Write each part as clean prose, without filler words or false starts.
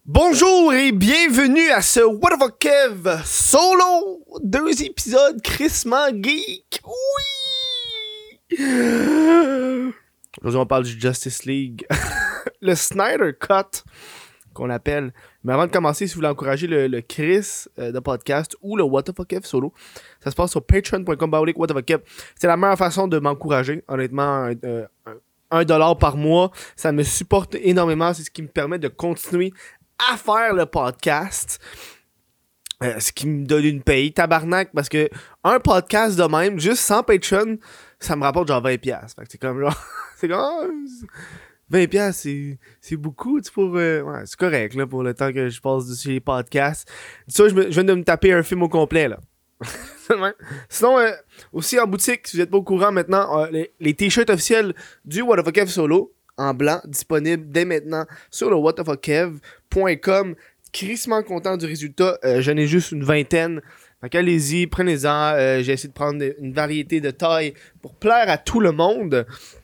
Bonjour et bienvenue à ce What the Fuck Kev solo, 2 épisodes crissement geek. Oui! Aujourd'hui on parle du Justice League, le Snyder Cut qu'on appelle. Mais avant de commencer, si vous voulez encourager le Chris de podcast ou le What the Fuck Kev solo, ça se passe sur patreon.com/whatthefuckkev. C'est la meilleure façon de m'encourager, honnêtement. $1 par mois, ça me supporte énormément, c'est ce qui me permet de continuer à faire le podcast, ce qui me donne une paye, tabarnak, parce que un podcast de même, juste sans Patreon, ça me rapporte genre 20$. Fait que c'est comme genre, c'est comme, 20$, c'est beaucoup, tu pour, ouais, c'est correct, là, pour le temps que je passe dessus les podcasts. Ça, je viens de me taper un film au complet, là. Sinon, aussi en boutique, si vous êtes pas au courant maintenant, les t-shirts officiels du What the Fuck Kev solo, en blanc, disponible dès maintenant sur le whatthefuckkev.com. Crissement content du résultat. J'en ai juste une vingtaine. Fait qu'allez-y, prenez-en. J'ai essayé de prendre une variété de tailles pour plaire à tout le monde.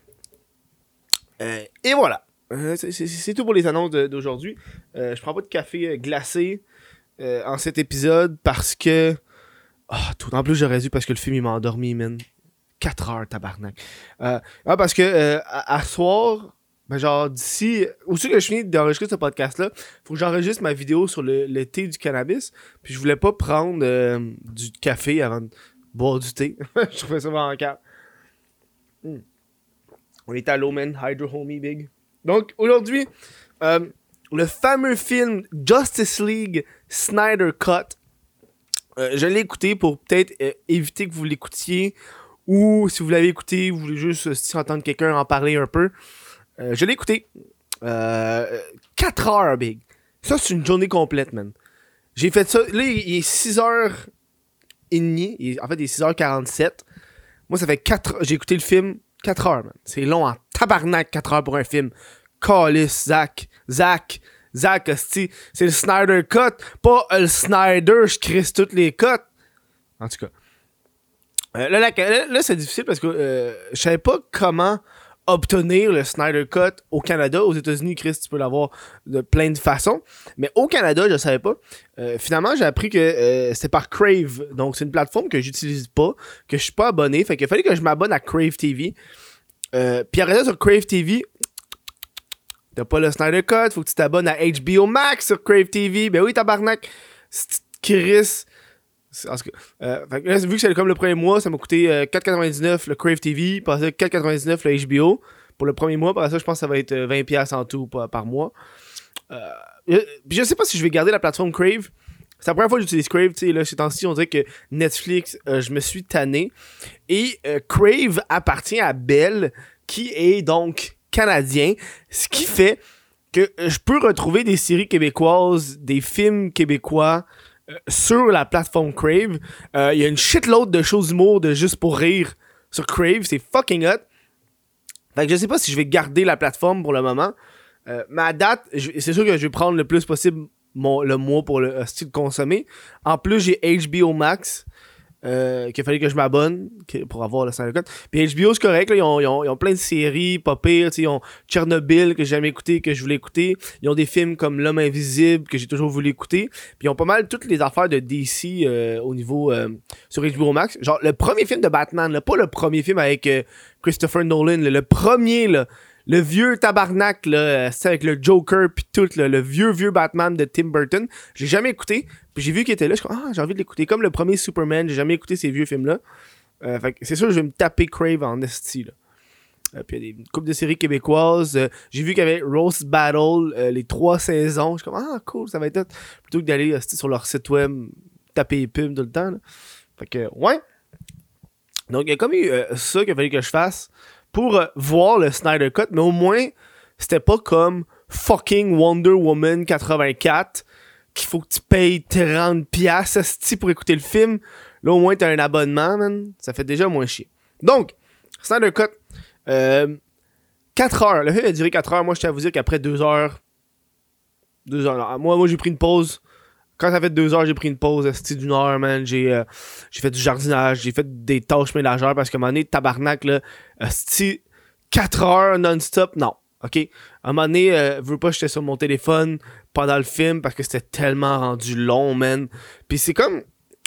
Et voilà. C'est tout pour les annonces d'aujourd'hui. Je prends pas de café glacé en cet épisode parce que... tout en plus, j'aurais dû parce que le film, il m'a endormi, man. 4 heures, tabarnak. Parce que à soir... Ben genre d'ici, aussi que je finis d'enregistrer ce podcast-là, faut que j'enregistre ma vidéo sur le thé du cannabis. Puis je voulais pas prendre du café avant de boire du thé. Je trouvais ça vraiment calme. On est à l'eau, man. Hydro Homie Big. Donc aujourd'hui, le fameux film Justice League Snyder Cut. Je l'ai écouté pour peut-être éviter que vous l'écoutiez. Ou si vous l'avez écouté, vous voulez juste entendre quelqu'un en parler un peu. Je l'ai écouté. 4 heures, big. Ça, c'est une journée complète, man. J'ai fait ça. Là, il est 6h30. En fait, il est 6h47. Moi, ça fait 4... J'ai écouté le film 4 heures, man. C'est long en tabarnak, 4 heures pour un film. Calice, Zach, hostie. C'est le Snyder Cut. Pas le Snyder, je crisse toutes les cuts. En tout cas. Là, c'est difficile parce que je savais pas comment obtenir le Snyder Cut au Canada. Aux États-Unis, Chris, tu peux l'avoir de plein de façons. Mais au Canada, je savais pas. Finalement, j'ai appris que c'est par Crave. Donc, c'est une plateforme que j'utilise pas, que je suis pas abonné. Fait qu'il fallait que je m'abonne à Crave TV. Puis après ça, sur Crave TV, t'as pas le Snyder Cut. Faut que tu t'abonnes à HBO Max sur Crave TV. Ben oui, tabarnak. Chris... En tout cas, là, vu que c'est comme le premier mois, ça m'a coûté 4,99$ le Crave TV, puis après 4,99$ le HBO pour le premier mois. Par ça, je pense que ça va être 20$ en tout par mois. Puis je sais pas si je vais garder la plateforme Crave. C'est la première fois que j'utilise Crave. Tu sais, là, ces temps-ci, on dirait que Netflix, je me suis tanné. Et Crave appartient à Bell, qui est donc canadien. Ce qui fait que je peux retrouver des séries québécoises, des films québécois sur la plateforme Crave. Il y a une shitload de choses d'humour de juste pour rire sur Crave. C'est fucking hot. Fait que je sais pas si je vais garder la plateforme pour le moment. Mais à date, c'est sûr que je vais prendre le plus possible le mois pour le style consommer. En plus, j'ai HBO Max. Qu'il fallait que je m'abonne pour avoir le Snyder Cut. Puis HBO, c'est correct, là, ils ont plein de séries, pas pire. Ils ont Chernobyl, que j'ai jamais écouté, que je voulais écouter. Ils ont des films comme L'Homme Invisible, que j'ai toujours voulu écouter. Puis ils ont pas mal toutes les affaires de DC au niveau sur HBO Max. Genre, le premier film de Batman, là, pas le premier film avec Christopher Nolan, là, le premier, là, le vieux tabarnak, là, c'est avec le Joker pis tout, là, le vieux Batman de Tim Burton. J'ai jamais écouté. Puis j'ai vu qu'il était là, je suis comme, j'ai envie de l'écouter. Comme le premier Superman, j'ai jamais écouté ces vieux films-là. Fait que c'est sûr que je vais me taper Crave en esti, là. Puis il y a une couple de séries québécoises. J'ai vu qu'il y avait Roast Battle, les 3 saisons. Je suis comme, cool, ça va être tout. Plutôt que d'aller sur leur site web, taper les pubs tout le temps, là. Fait que, ouais. Donc il y a comme eu ça qu'il fallait que je fasse pour voir le Snyder Cut, mais au moins, c'était pas comme fucking Wonder Woman 84 qu'il faut que tu payes 30$ esti pour écouter le film. Là, au moins, t'as un abonnement, man. Ça fait déjà moins chier. Donc, Snyder Cut, 4 heures. Le film a duré 4 heures. Moi, je tiens à vous dire qu'après 2 heures... 2 heures, non. Moi, j'ai pris une pause. Quand ça fait 2 heures, j'ai pris une pause d'une heure, man. J'ai fait du jardinage, j'ai fait des tâches ménagères parce qu'à un moment donné, tabarnak, là, 4 heures non-stop, non. ok? À un moment donné, veux pas, j'étais sur mon téléphone pendant le film parce que c'était tellement rendu long, man. Puis c'est comme...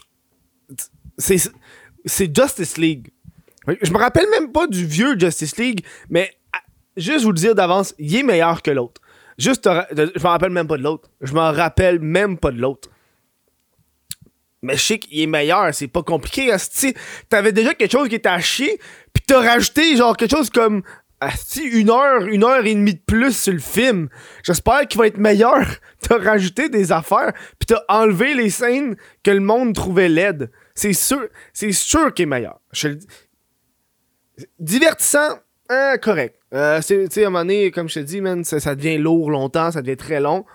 C'est Justice League. Je me rappelle même pas du vieux Justice League, mais juste vous le dire d'avance, il est meilleur que l'autre. Juste, je m'en rappelle même pas de l'autre. Je m'en rappelle même pas de l'autre. Mais je sais qu'il est meilleur, c'est pas compliqué. Asti, t'avais déjà quelque chose qui était à chier, pis t'as rajouté genre quelque chose comme asti, une heure et demie de plus sur le film. J'espère qu'il va être meilleur. T'as rajouté des affaires, pis t'as enlevé les scènes que le monde trouvait laides. C'est sûr qu'il est meilleur. Divertissant, correct. Tu sais, à un moment donné, comme je te dis, man, ça devient lourd longtemps, ça devient très long.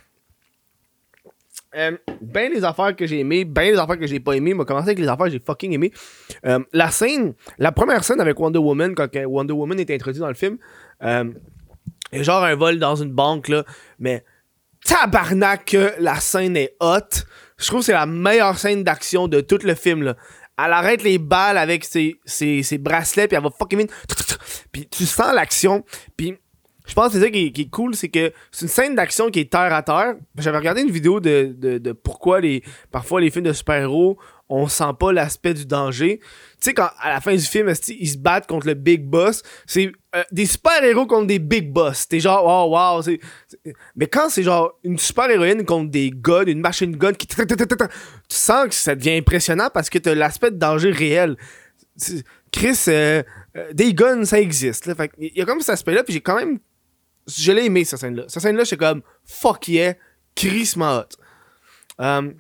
Ben les affaires que j'ai aimées, ben les affaires que j'ai pas aimées. On va commencer avec les affaires que j'ai fucking aimées. La première scène avec Wonder Woman, quand Wonder Woman est introduite dans le film, il y a genre un vol dans une banque, là, mais tabarnak que la scène est hot. Je trouve que c'est la meilleure scène d'action de tout le film, là. Elle arrête les balles avec ses bracelets, puis elle va fucking vite. Puis tu sens l'action, puis je pense que c'est ça qui est cool, c'est que c'est une scène d'action qui est terre à terre. J'avais regardé une vidéo de pourquoi parfois les films de super-héros, on sent pas l'aspect du danger. Tu sais, quand à la fin du film, ils se battent contre le Big Boss, c'est des super-héros contre des Big Boss. T'es genre, oh wow, mais quand c'est genre une super-héroïne contre des guns, une machine gun qui... Tu sens que ça devient impressionnant parce que t'as l'aspect de danger réel. Chris, des guns, ça existe. Là. Fait il y a comme cet aspect-là, puis j'ai quand même... Je l'ai aimé, cette scène-là. Cette scène-là, j'étais comme fuck yeah, crissement hot.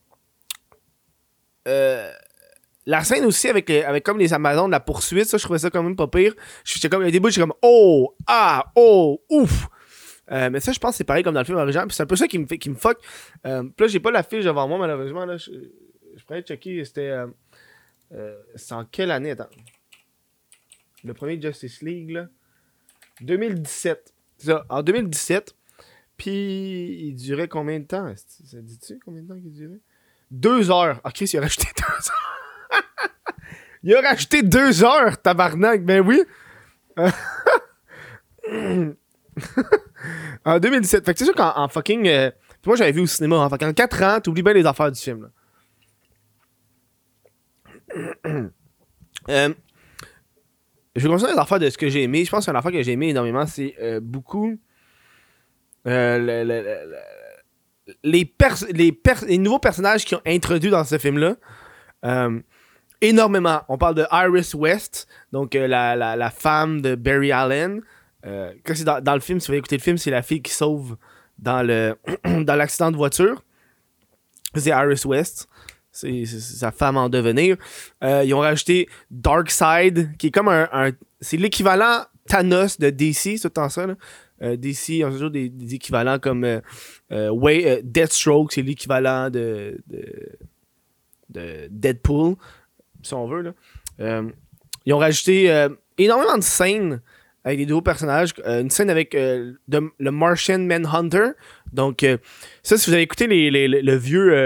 La scène aussi avec comme les Amazones, la poursuite, ça, je trouvais ça quand même pas pire. J'étais comme, il y a des bouts, j'étais comme oh, ah, oh, ouf. Mais ça, je pense que c'est pareil comme dans le film original. Puis c'est un peu ça qui me fuck. Puis là, j'ai pas la fiche devant moi, malheureusement. Là, je pourrais checker, c'était. C'est en quelle année, attends. Le premier Justice League, là. 2017. C'est ça, en 2017. Puis il durait combien de temps? Ça dit-tu combien de temps qu'il durait? 2 heures. Ah, Chris, il a rajouté 2 heures. Il a rajouté 2 heures, tabarnak. Ben oui. En 2017. Fait que c'est sûr qu'en fucking... moi, j'avais vu au cinéma. En 4 ans, t'oublies bien les affaires du film. Là. Je vais continuer les affaires de ce que j'ai aimé. Je pense qu'une affaire que j'ai aimé énormément, c'est beaucoup les nouveaux personnages qui ont introduits dans ce film-là. Énormément. On parle de Iris West, donc la femme de Barry Allen. Quand c'est dans le film, si vous voulez écouter le film, c'est la fille qui sauve dans l'accident de voiture. C'est Iris West. C'est sa femme en devenir. Ils ont rajouté Darkseid, qui est comme c'est l'équivalent Thanos de DC, c'est tout le temps ça. Là. DC, ils ont toujours des équivalents comme Deathstroke, c'est l'équivalent de Deadpool, si on veut. Là. Ils ont rajouté énormément de scènes avec des nouveaux personnages. Une scène avec le Martian Manhunter. Donc, ça, si vous avez écouté les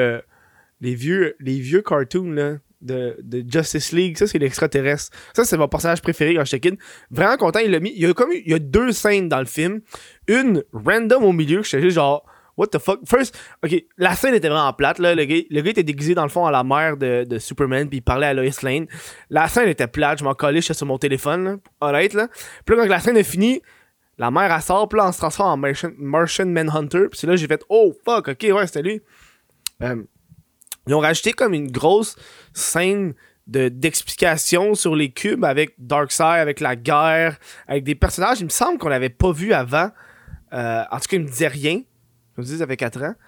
vieux cartoons là, de Justice League, ça c'est l'extraterrestre. Ça c'est mon personnage préféré quand j'étais kid. Vraiment content, il y a 2 scènes dans le film. Une random au milieu, j'étais juste genre what the fuck. First, ok, la scène était vraiment plate là. Le gars était déguisé dans le fond à la mère de Superman puis il parlait à Lois Lane. La scène était plate, je m'en collais, j'étais sur mon téléphone là, honnête là. Puis là quand la scène est finie, la mère elle sort, puis là on se transforme en Martian Manhunter. Puis c'est là j'ai fait oh fuck, ok ouais c'était lui. Ils ont rajouté comme une grosse scène d'explication sur les cubes avec Darkseid, avec la guerre, avec des personnages, il me semble qu'on n'avait pas vu avant. En tout cas, il me disait rien. Comme je dis, ça fait 4 ans.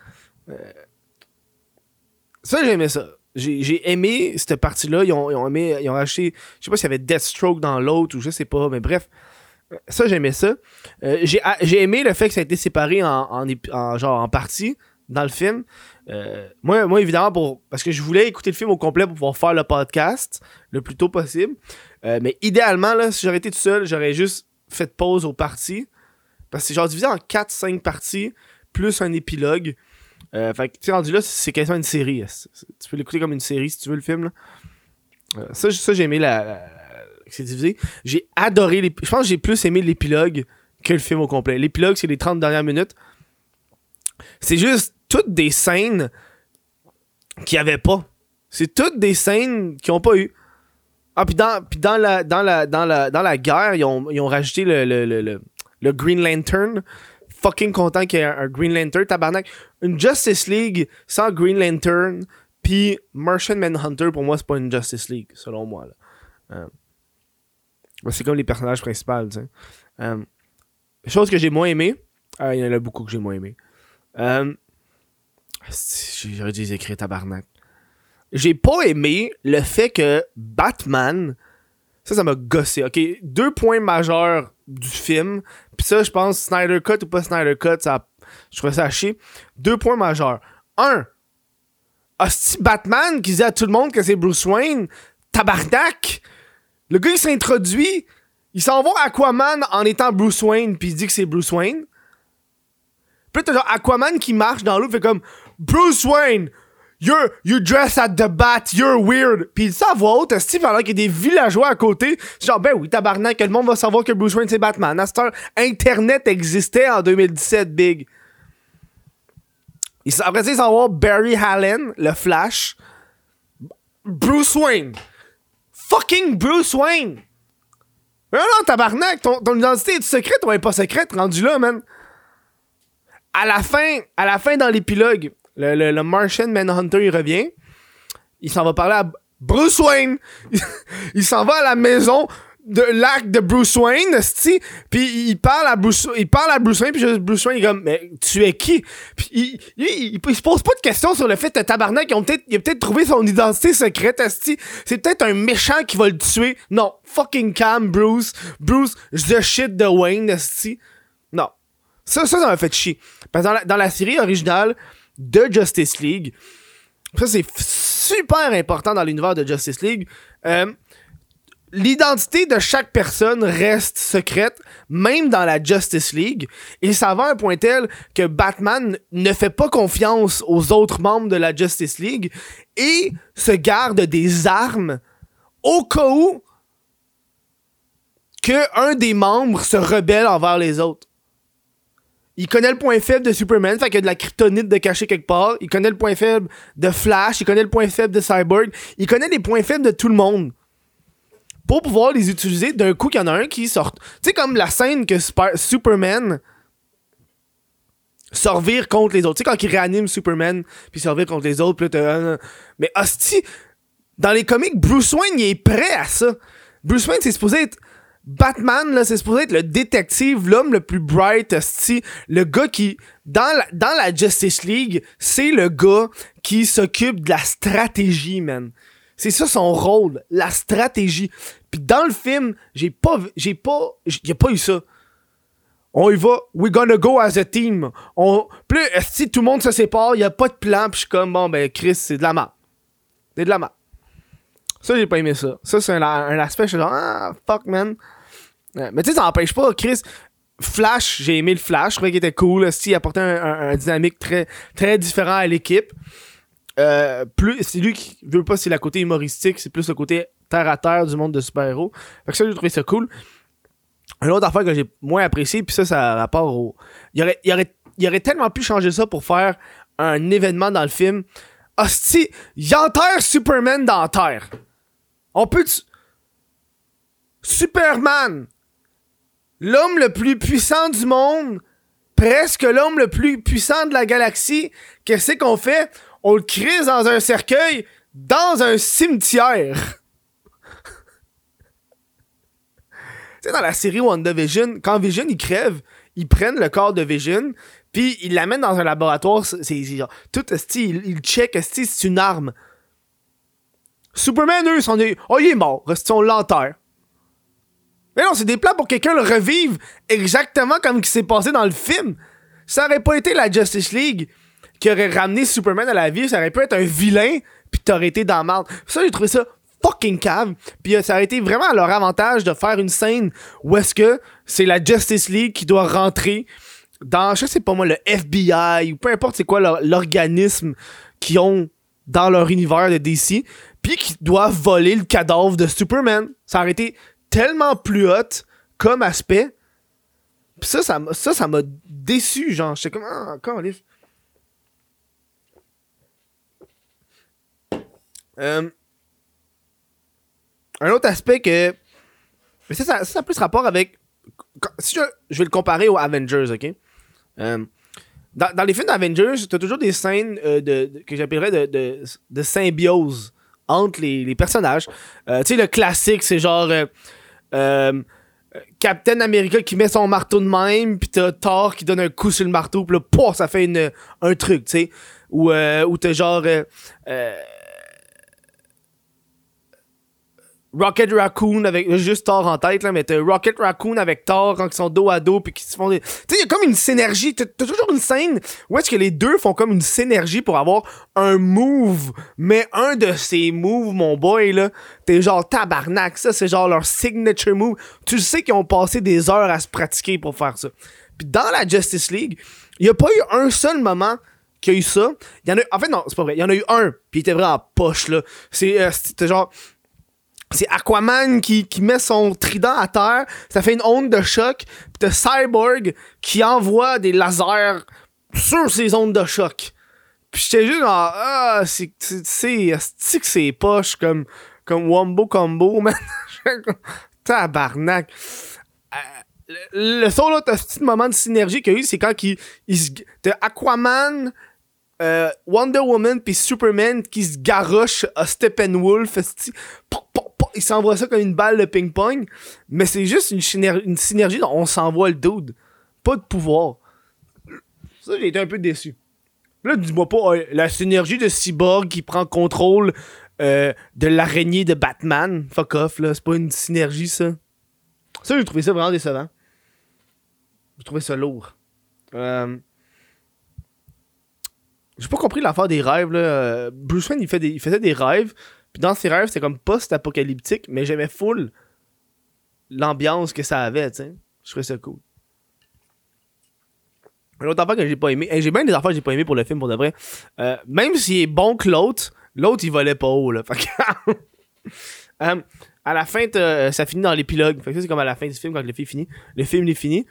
Ça, j'aimais ça. J'ai aimé cette partie-là. Ils ont rajouté, je sais pas s'il y avait Deathstroke dans l'autre ou je sais pas, mais bref. Ça, j'aimais ça. J'ai aimé le fait que ça a été séparé en parties dans le film. Moi évidemment parce que je voulais écouter le film au complet pour pouvoir faire le podcast le plus tôt possible, mais idéalement là, si j'aurais été tout seul, j'aurais juste fait pause aux parties parce que c'est genre divisé en 4-5 parties plus un épilogue. Fait que tu sais, rendu là, c'est quasiment une série. Tu peux l'écouter comme une série si tu veux le film là. Ça j'ai aimé c'est divisé. J'ai adoré je pense que j'ai plus aimé l'épilogue que le film au complet. L'épilogue, c'est les 30 dernières minutes. C'est juste toutes des scènes qu'il n'y avait pas. C'est toutes des scènes qu'ils n'ont pas eu. Ah, puis dans la guerre, ils ont rajouté le Green Lantern. Fucking content qu'il y ait un Green Lantern, tabarnak. Une Justice League sans Green Lantern, puis Martian Manhunter, pour moi, c'est pas une Justice League, selon moi. Là. C'est comme les personnages principaux, tu sais. Chose que j'ai moins aimé. Il y en a beaucoup que j'ai moins aimé. J'aurais dû les écrire, tabarnak. J'ai pas aimé le fait que Batman... Ça m'a gossé. Ok, 2 points majeurs du film. Pis ça, je pense, Snyder Cut ou pas Snyder Cut, je trouvais ça à chier. 2 points majeurs. 1. Hostie Batman qui dit à tout le monde que c'est Bruce Wayne. Tabarnak! Le gars, il s'introduit. Il s'en va à Aquaman en étant Bruce Wayne, pis il dit que c'est Bruce Wayne. Pis là, t'as genre Aquaman qui marche dans l'eau, fait comme Bruce Wayne! You dress at the bat, you're weird. Pis il dit ça à voix haute, Steve, alors qu'il y a des villageois à côté. C'est genre, ben oui, tabarnak, que le monde va savoir que Bruce Wayne c'est Batman. À cette heure, Internet existait en 2017, big. Après ça, ils s'en vont Barry Allen, le Flash. Bruce Wayne. Fucking Bruce Wayne. Non, tabarnak, ton identité est secrète ou elle est pas secrète, rendu là, man. À la fin dans l'épilogue, le Martian Manhunter, il revient. Il s'en va parler à Bruce Wayne. Il s'en va à la maison de l'acte de Bruce Wayne, puis il parle à Bruce Wayne, puis Bruce Wayne, il est comme, mais tu es qui? Puis il se pose pas de questions sur le fait que tabarnak, il a peut-être trouvé son identité secrète, asti. C'est peut-être un méchant qui va le tuer. Non, fucking calm, Bruce, the shit de Wayne, asti. Non. Ça m'a fait chier. Parce que dans la série originale de Justice League, ça c'est super important dans l'univers de Justice League, l'identité de chaque personne reste secrète, même dans la Justice League, et ça va à un point tel que Batman ne fait pas confiance aux autres membres de la Justice League et se garde des armes au cas où qu'un des membres se rebelle envers les autres. Il connaît le point faible de Superman, fait qu'il y a de la kryptonite de caché quelque part. Il connaît le point faible de Flash, il connaît le point faible de Cyborg. Il connaît les points faibles de tout le monde. Pour pouvoir les utiliser, d'un coup, qu'il y en a un qui sort. Tu sais, comme la scène que Superman se revire contre les autres. Tu sais, quand il réanime Superman, puis se revire contre les autres, puis là, mais hostie, dans les comics, Bruce Wayne, il est prêt à ça. Bruce Wayne, c'est supposé être... Batman, là, c'est supposé être le détective, l'homme le plus bright, hostie, le gars qui, dans la Justice League, c'est le gars qui s'occupe de la stratégie, man. C'est ça son rôle, la stratégie. Puis dans le film, y a pas eu ça. On y va, we're gonna go as a team. Puis là, si tout le monde se sépare, y a pas de plan, puis je suis comme, bon, ben, Chris, c'est de la merde. C'est de la merde. Ça, j'ai pas aimé ça. Ça, c'est un aspect, je suis genre, fuck, man. Mais tu sais, ça n'empêche pas, Chris. Flash, j'ai aimé le Flash. Je trouvais qu'il était cool. Il apportait un dynamique très, très différent à l'équipe. C'est lui qui veut pas, c'est le côté humoristique, c'est plus le côté terre à terre du monde de super-héros. Fait que ça, j'ai trouvé ça cool. Une autre affaire que j'ai moins apprécié, puis ça rapport au. Il aurait tellement pu changer ça pour faire un événement dans le film. Hostie, il enterre Superman dans la terre. On peut. Superman, l'homme le plus puissant du monde, presque l'homme le plus puissant de la galaxie, qu'est-ce qu'on fait? On le crise dans un cercueil, dans un cimetière. Tu sais, dans la série WandaVision, quand Vision, il crève, ils prennent le corps de Vision, puis ils l'amènent dans un laboratoire, c'est genre, tout, ils checkent, c'est une arme. Superman, eux, il est mort, on l'enterre. Mais non, c'est des plans pour que quelqu'un le revive exactement comme il s'est passé dans le film. Ça aurait pas été la Justice League qui aurait ramené Superman à la vie, ça aurait pu être un vilain, pis t'aurais été dans la merde. Ça, j'ai trouvé ça fucking cave. Pis ça aurait été vraiment à leur avantage de faire une scène où est-ce que c'est la Justice League qui doit rentrer dans, je sais pas moi, le FBI ou peu importe c'est quoi l'organisme qu'ils ont dans leur univers de DC, pis qui doivent voler le cadavre de Superman. Ça aurait été tellement plus hot comme aspect. Pis ça m'a déçu, genre. J'étais comme, ah, calif. Un autre aspect que. Mais ça a plus rapport avec. Si je vais le comparer aux Avengers, ok? Dans les films d'Avengers, t'as toujours des scènes que j'appellerais de symbiose entre les personnages. Tu sais, le classique, c'est genre Captain America qui met son marteau de même, pis t'as Thor qui donne un coup sur le marteau, pis là, pouf, ça fait un truc, tu sais. Ou t'as genre Rocket Raccoon avec juste Thor en tête là, mais t'as Rocket Raccoon avec Thor quand ils sont dos à dos puis qu'ils se font des... Tu sais, il y a comme une synergie, t'as toujours une scène où est-ce que les deux font comme une synergie pour avoir un move, mais un de ces moves, mon boy là, t'es genre tabarnak, ça c'est genre leur signature move. Tu sais qu'ils ont passé des heures à se pratiquer pour faire ça. Puis dans la Justice League, il y a pas eu un seul moment qu'il y a eu ça. Il y en a, en fait non, c'est pas vrai, il y en a eu un, puis il était vraiment en poche là. C'était genre c'est Aquaman qui met son trident à terre, ça fait une onde de choc, pis t'as Cyborg qui envoie des lasers sur ces ondes de choc. Pis j'étais juste genre, c'est poche comme Wombo Combo, man. Tabarnak. Le seul autre petit moment de synergie qu'il y a eu, c'est quand t'as Aquaman, Wonder Woman pis Superman qui se garochent à Steppenwolf, il s'envoie ça comme une balle de ping-pong, mais c'est juste une synergie dont on s'envoie le dude. Pas de pouvoir. Ça, j'ai été un peu déçu. Là, dis-moi pas, la synergie de Cyborg qui prend contrôle de l'araignée de Batman. Fuck off, là. C'est pas une synergie, ça. Ça, j'ai trouvé ça vraiment décevant. J'ai trouvé ça lourd. J'ai pas compris l'affaire des rêves, là. Bruce Wayne, il faisait des rêves. Puis dans ces rêves, c'était comme post-apocalyptique, mais j'aimais full l'ambiance que ça avait, tu sais. Je trouvais ça cool. Une autre affaire que j'ai pas aimé. J'ai bien des affaires que j'ai pas aimé pour le film, pour de vrai. Même s'il est bon que l'autre, il volait pas haut, là. Fait que... à la fin, ça finit dans l'épilogue. Fait que ça, c'est comme à la fin du film, quand le film finit. Le film est fini.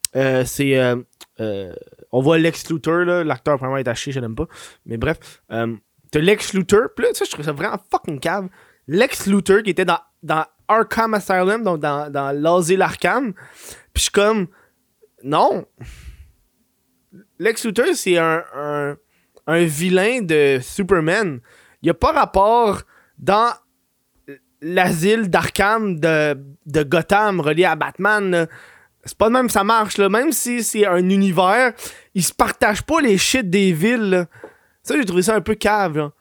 On voit Lex Luthor, là. L'acteur, vraiment, est à chier, je l'aime pas. Mais bref... t'as Lex Luthor, pis là, ça, je trouve ça vraiment fucking cave. Lex Luthor qui était dans Arkham Asylum, donc dans l'asile Arkham. Pis je suis comme, non. Lex Luthor, c'est un vilain de Superman. Il a pas rapport dans l'asile d'Arkham de Gotham relié à Batman, là. C'est pas de même ça marche, là. Même si c'est un univers, ils se partagent pas les shit des villes, là. Ça, j'ai trouvé ça un peu cave, là.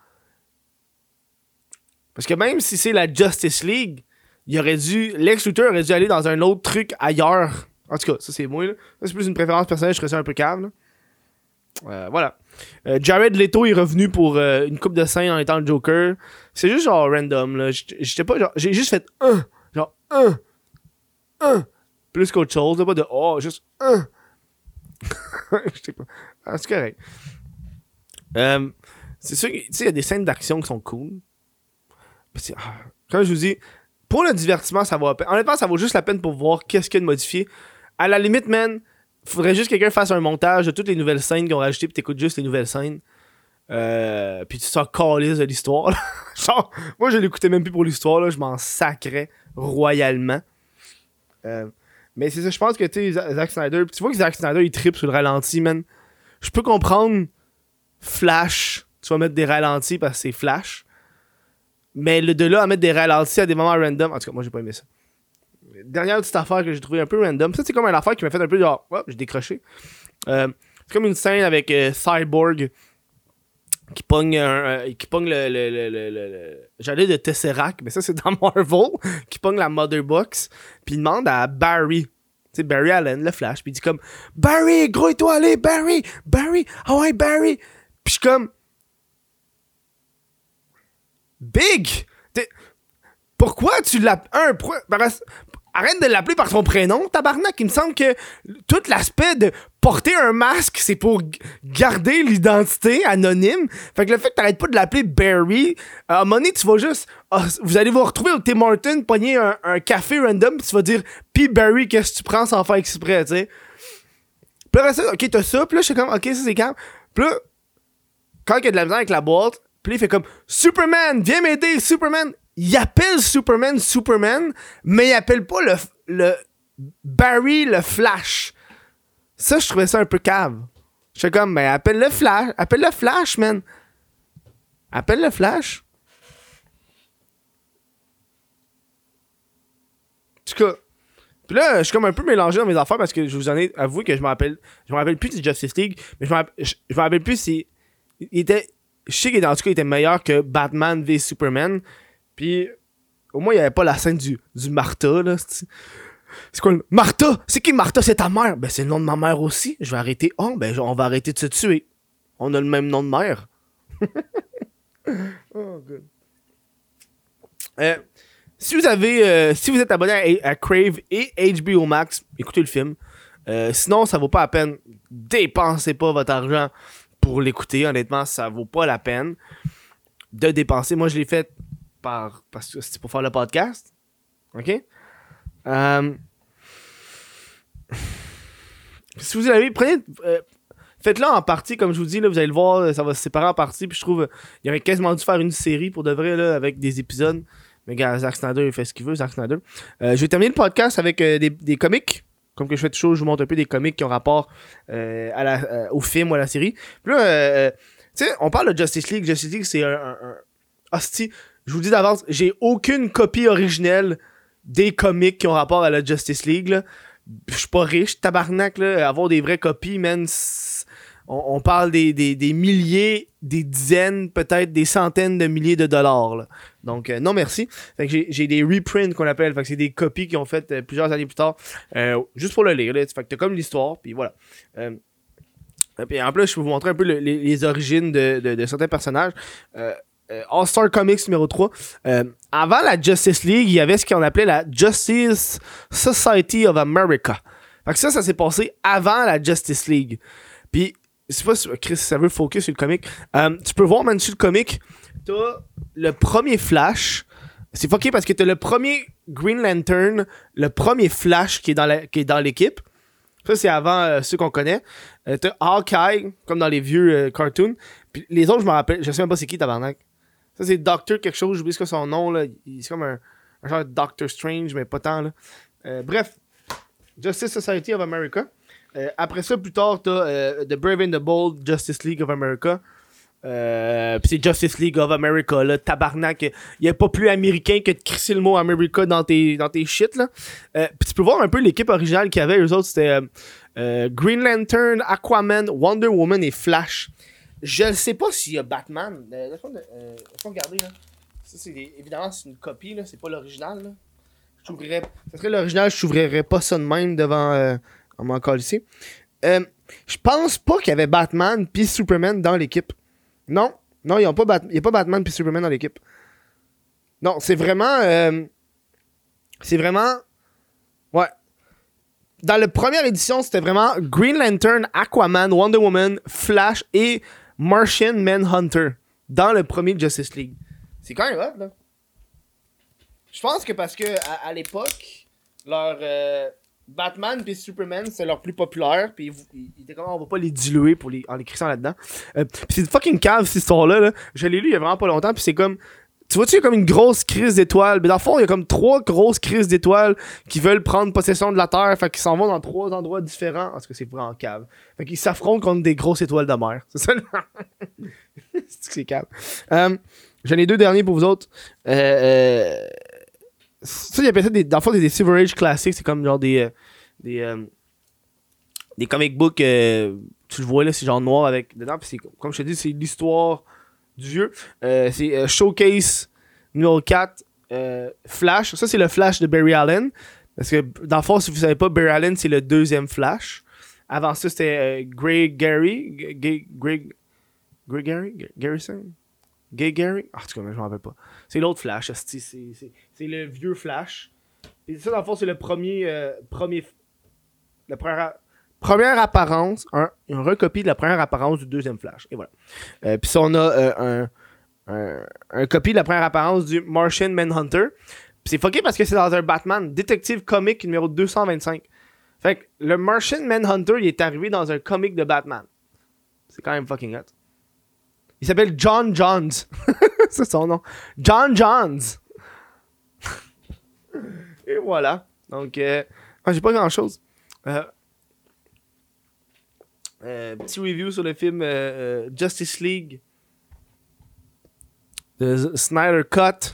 Parce que même si c'est la Justice League, Lex Luthor aurait dû aller dans un autre truc ailleurs. En tout cas, ça, c'est moi, là. Ça, c'est plus une préférence personnelle, je trouve ça un peu cave, là. Voilà. Jared Leto est revenu pour une coupe de scène en étant le Joker. C'est juste genre random, là. J'étais pas genre... J'ai juste fait plus qu'autre chose, là. Pas de juste J'étais pas... Ah, c'est correct. C'est sûr que, tu sais, il y a des scènes d'action qui sont cool. Comme je vous dis, pour le divertissement, ça vaut la peine. Honnêtement, ça vaut juste la peine pour voir qu'est-ce qu'il y a de modifié. À la limite, man, faudrait juste que quelqu'un fasse un montage de toutes les nouvelles scènes qu'ils ont rajoutées, pis t'écoutes juste les nouvelles scènes. Pis tu sors calisse de l'histoire, là. Genre, moi, je l'écoutais même plus pour l'histoire, là. Je m'en sacrais royalement. Mais c'est ça, je pense que, tu sais, Zack Snyder... Tu vois que Zack Snyder, il trippe sur le ralenti, man. Je peux comprendre... Flash, tu vas mettre des ralentis parce que c'est Flash. Mais de là à mettre des ralentis à des moments random, en tout cas, moi j'ai pas aimé ça. Dernière petite affaire que j'ai trouvé un peu random, ça c'est comme une affaire qui m'a fait un peu genre, j'ai décroché. C'est comme une scène avec Cyborg qui pogne le j'allais de Tesseract, mais ça c'est dans Marvel, qui pogne la Mother Box, puis il demande à Barry. Tu sais, Barry Allen, le Flash, puis il dit comme Barry, gros étoilé, Barry, ah ouais, Barry. Pis je suis comme Big! Pourquoi tu l'appelles... Arrête de l'appeler par son prénom, tabarnak. Il me semble que tout l'aspect de porter un masque, c'est pour garder l'identité anonyme. Fait que le fait que t'arrêtes pas de l'appeler Barry, à un moment donné, tu vas juste... vous allez vous retrouver au Tim Hortons, pogner un café random, pis tu vas dire « Pis Barry, qu'est-ce que tu prends sans faire exprès, tu sais? » Puis là, ok, t'as ça. Puis là, je suis comme, ok, ça c'est calme. Puis là, quand il y a de la misère avec la boîte, puis là, il fait comme, Superman, viens m'aider, Superman. Il appelle Superman, mais il appelle pas le Barry le Flash. Ça, je trouvais ça un peu cave. Je suis comme, mais appelle le Flash, man. Appelle le Flash. En tout cas, puis là, je suis comme un peu mélangé dans mes affaires parce que je vous en ai avoué que je me rappelle plus du Justice League, mais je me rappelle plus si il était, je sais qu'il était meilleur que Batman v Superman. Puis au moins il y avait pas la scène du Martha là. C'est quoi le Martha? C'est qui Martha? C'est ta mère? Ben c'est le nom de ma mère aussi. Je vais arrêter. Oh ben on va arrêter de se tuer. On a le même nom de mère. Oh good. Si vous êtes abonné à Crave et HBO Max, écoutez le film. Sinon, ça vaut pas la peine. Dépensez pas votre argent pour l'écouter. Honnêtement, ça vaut pas la peine de dépenser. Moi, je l'ai fait parce que c'était pour faire le podcast. OK? Si vous avez... faites-le en partie, comme je vous dis, là, vous allez le voir, ça va se séparer en partie. Puis je trouve il aurait quasiment dû faire une série pour de vrai, là, avec des épisodes. Mais gars, Zack Snyder, il fait ce qu'il veut, Zack Snyder. Je vais terminer le podcast avec des comics. Comme que je fais toujours, je vous montre un peu des comics qui ont rapport au film ou à la série. Puis là, tu sais, on parle de Justice League. Justice League, c'est un hostie. Je vous dis d'avance, j'ai aucune copie originelle des comics qui ont rapport à la Justice League, là. Je suis pas riche, tabarnak, là. Avoir des vraies copies, man, on parle des milliers, des dizaines, peut-être des centaines de milliers de dollars, là. Donc, non merci. Fait que j'ai des reprints qu'on appelle. Fait que c'est des copies qu'ils ont faites plusieurs années plus tard. Juste pour le lire, là. Fait que t'as comme l'histoire, puis voilà. Puis en plus, je peux vous montrer un peu les origines de certains personnages. All-Star Comics numéro 3. Avant la Justice League, il y avait ce qu'on appelait la Justice Society of America. Fait que ça s'est passé avant la Justice League. Puis, je sais pas si Chris, ça veut focus sur le comic. Tu peux voir, même sur le comic, t'as le premier Flash. C'est fucké parce que t'as le premier Green Lantern, le premier Flash qui est dans l'équipe. Ça, c'est avant ceux qu'on connaît. T'as Hawkeye, comme dans les vieux cartoons. Puis les autres, je me rappelle, je sais même pas c'est qui, tabarnak. Ça, c'est Doctor quelque chose, j'oublie ce que son nom, là. C'est comme un genre de Doctor Strange, mais pas tant, là. Bref, Justice Society of America. Après ça, plus tard, t'as The Brave and the Bold Justice League of America. Pis c'est Justice League of America, là. Tabarnak. Il y a pas plus américain que de crisser le mot America dans tes shit, là. Pis tu peux voir un peu l'équipe originale qu'il y avait. Eux autres, c'était Green Lantern, Aquaman, Wonder Woman et Flash. Je ne sais pas s'il y a Batman. Laisse-moi regarder, là. Ça, évidemment, c'est une copie, là. C'est pas l'original, là. Ça serait l'original, je t'ouvrirais pas ça de même devant... on m'a encore ici. Je pense pas qu'il y avait Batman puis Superman dans l'équipe. Non, il n'y a pas Batman puis Superman dans l'équipe. Non, c'est vraiment... Ouais. Dans la première édition, c'était vraiment Green Lantern, Aquaman, Wonder Woman, Flash et Martian Manhunter dans le premier Justice League. C'est quand même hot, là. Je pense que parce que à l'époque, leur Batman et Superman, c'est leur plus populaire, puis ils étaient comme on va pas les diluer en les crissant là-dedans. Puis c'est fucking cave cette histoire-là, là. Je l'ai lu il y a vraiment pas longtemps, puis c'est comme... Tu vois-tu, il y a comme une grosse crise d'étoiles. Mais dans le fond, il y a comme 3 grosses crises d'étoiles qui veulent prendre possession de la Terre. Fait qu'ils s'en vont dans 3 endroits différents. Parce que c'est vraiment cave. Fait qu'ils s'affrontent contre des grosses étoiles de mer. C'est ça, c'est cave. J'en ai 2 derniers pour vous autres. Ça, il appelle ça dans le fond, des Silver Age classiques. C'est comme genre des comic books. Tu le vois là, c'est genre noir avec dedans. Puis c'est, comme je te dis, c'est l'histoire du vieux. C'est Showcase numéro 4, Flash. Ça, c'est le Flash de Barry Allen. Parce que, dans le fond, si vous savez pas, Barry Allen, c'est le deuxième Flash. Avant ça, c'était Greg Garrison? Gay Gary? Ah, en tout cas, je m'en rappelle pas. C'est l'autre Flash. C'est le vieux Flash. Et ça, dans le fond, c'est le première apparence, une recopie de la première apparence du deuxième Flash. Et voilà. Puis ça, on a un copie de la première apparence du Martian Manhunter. Puis c'est fucké parce que c'est dans un Batman Detective Comic numéro 225. Fait que le Martian Manhunter, il est arrivé dans un comic de Batman. C'est quand même fucking hot. Il s'appelle John Johns. C'est son nom. John Johns. Et voilà. Donc, j'ai pas grand-chose. Petit review sur le film Justice League. The Snyder Cut.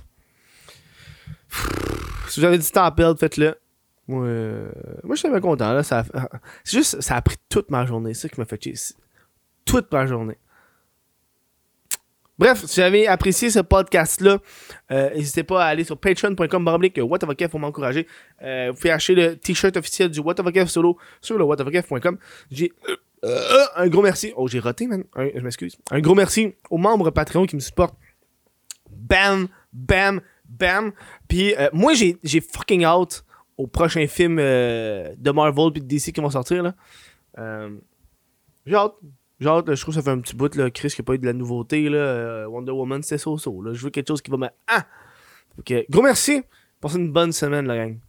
Si vous avez du temps à perdre, faites-le. Moi je suis bien content. Là, c'est juste, ça a pris toute ma journée. C'est ça qui m'a fait chier. Toute ma journée. Bref, si vous avez apprécié ce podcast-là, n'hésitez pas à aller sur patreon.com/que WhatTheFuckF pour m'encourager. Vous pouvez acheter le t-shirt officiel du WhatTheFuckF solo sur le WhatTheFuckF.com. J'ai un gros merci. Oh, j'ai raté, man. Je m'excuse. Un gros merci aux membres Patreon qui me supportent. Bam, bam, bam. Puis moi, j'ai fucking out au prochain film de Marvel puis de DC qui vont sortir, là. J'ai hâte. Genre, je trouve que ça fait un petit bout, là, Chris, qui n'a pas eu de la nouveauté, là. Wonder Woman, c'est so-so, là. Je veux quelque chose qui va me... Ok, gros merci. Passez une bonne semaine, la gang.